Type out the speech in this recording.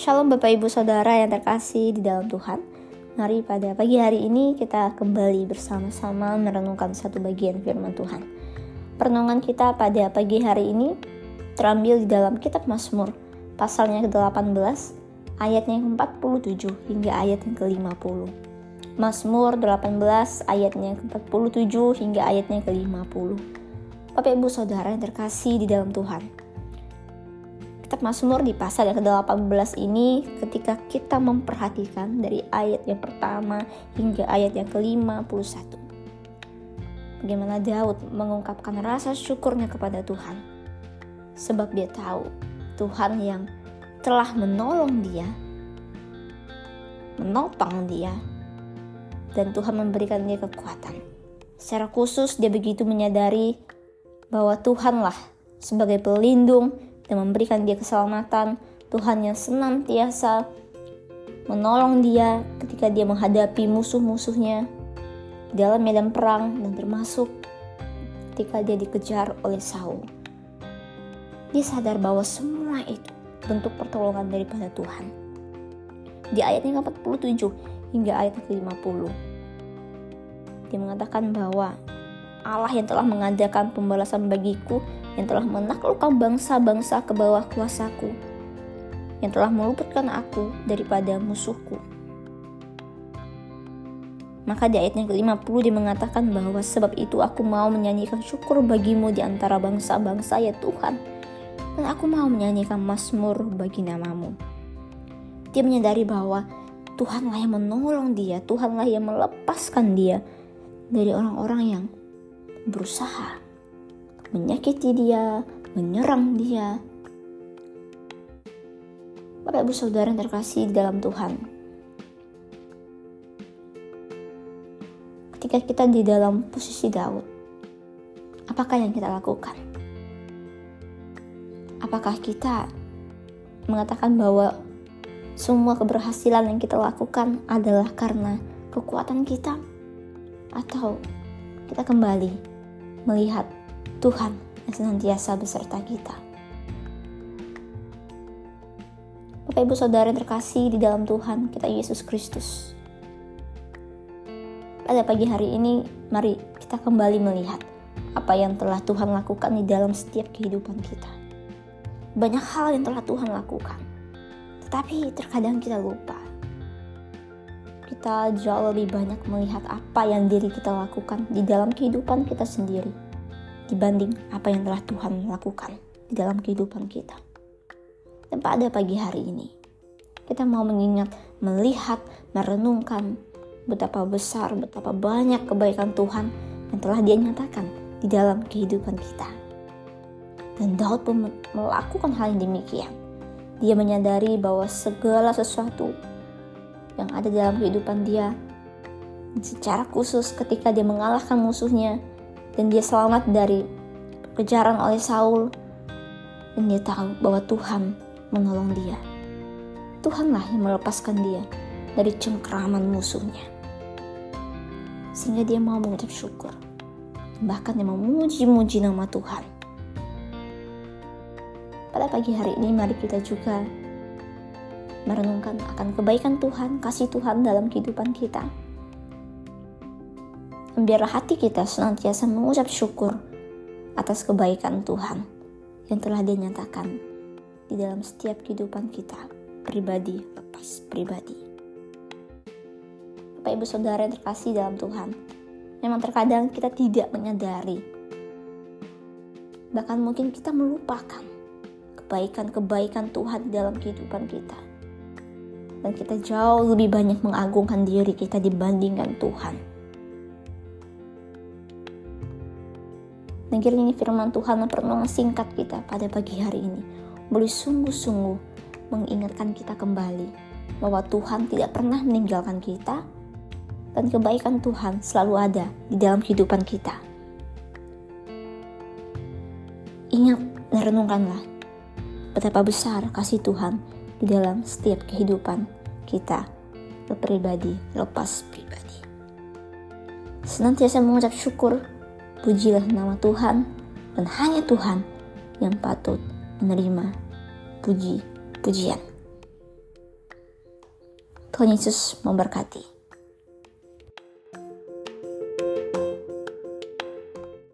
Shalom Bapak Ibu Saudara yang terkasih di dalam Tuhan. Mari pada pagi hari ini kita kembali bersama-sama merenungkan satu bagian firman Tuhan. Perenungan kita pada pagi hari ini terambil di dalam kitab Mazmur pasalnya ke-18 ayatnya yang ke-47 hingga ayat yang ke-50. Mazmur 18 ayatnya ke-47 hingga ayatnya ke-50. Bapak Ibu Saudara yang terkasih di dalam Tuhan. Kitab Mazmur di pasal yang ke-18 ini ketika kita memperhatikan dari ayat yang pertama hingga ayat yang ke-51. Bagaimana Daud mengungkapkan rasa syukurnya kepada Tuhan. Sebab dia tahu Tuhan yang telah menolong dia, menopang dia, dan Tuhan memberikan dia kekuatan. Secara khusus dia begitu menyadari bahwa Tuhanlah sebagai pelindung dan memberikan dia keselamatan. Tuhan yang senantiasa menolong dia ketika dia menghadapi musuh-musuhnya dalam medan perang, dan termasuk ketika dia dikejar oleh Saul. Dia sadar bahwa semua itu bentuk pertolongan daripada Tuhan. Di ayat yang ke-47 hingga ayat ke-50 dia mengatakan bahwa Allah yang telah mengadakan pembalasan bagiku, yang telah menaklukkan bangsa-bangsa ke bawah kuasaku, yang telah meluputkan aku daripada musuhku. Maka di ayat yang ke-50 dia mengatakan bahwa sebab itu aku mau menyanyikan syukur bagimu di antara bangsa-bangsa ya Tuhan, dan aku mau menyanyikan mazmur bagi namamu. Dia menyadari bahwa Tuhanlah yang menolong dia, Tuhanlah yang melepaskan dia dari orang-orang yang berusaha menyakiti dia, menyerang dia. Bapak Ibu Saudara yang terkasih di dalam Tuhan, ketika kita di dalam posisi Daud, apakah yang kita lakukan? Apakah kita mengatakan bahwa semua keberhasilan yang kita lakukan adalah karena kekuatan kita? Atau kita kembali melihat Tuhan yang senantiasa beserta kita? Bapak Ibu Saudara yang terkasih di dalam Tuhan kita Yesus Kristus, pada pagi hari ini mari kita kembali melihat apa yang telah Tuhan lakukan di dalam setiap kehidupan kita. Banyak hal yang telah Tuhan lakukan, tetapi terkadang kita lupa. Kita jauh lebih banyak melihat apa yang diri kita lakukan di dalam kehidupan kita sendiri dibanding apa yang telah Tuhan lakukan di dalam kehidupan kita. Dan pada pagi hari ini kita mau mengingat, melihat, merenungkan betapa besar, betapa banyak kebaikan Tuhan yang telah Dia nyatakan di dalam kehidupan kita. Dan Daud pun melakukan hal yang demikian. Dia menyadari bahwa segala sesuatu yang ada dalam kehidupan dia, secara khusus ketika dia mengalahkan musuhnya dan dia selamat dari kejaran oleh Saul, dan dia tahu bahwa Tuhan menolong dia. Tuhanlah yang melepaskan dia dari cengkeraman musuhnya, sehingga dia mau mengucap syukur, bahkan dia memuji-muji nama Tuhan. Pada pagi hari ini mari kita juga merenungkan akan kebaikan Tuhan, kasih Tuhan dalam kehidupan kita. Biarlah hati kita senantiasa mengucap syukur atas kebaikan Tuhan yang telah Dia nyatakan di dalam setiap kehidupan kita, pribadi lepas pribadi. Bapak Ibu Saudara yang terkasih dalam Tuhan, memang terkadang kita tidak menyadari, bahkan mungkin kita melupakan kebaikan-kebaikan Tuhan di dalam kehidupan kita. Dan kita jauh lebih banyak mengagungkan diri kita dibandingkan Tuhan. Dan kiranya firman Tuhan dan perenungan singkat kita pada pagi hari ini boleh sungguh-sungguh mengingatkan kita kembali bahwa Tuhan tidak pernah meninggalkan kita, dan kebaikan Tuhan selalu ada di dalam kehidupan kita. Ingat dan renungkanlah betapa besar kasih Tuhan di dalam setiap kehidupan kita, pribadi lepas pribadi. Senantiasa mengucap syukur, pujilah nama Tuhan, dan hanya Tuhan yang patut menerima puji-pujian. Tuhan Yesus memberkati.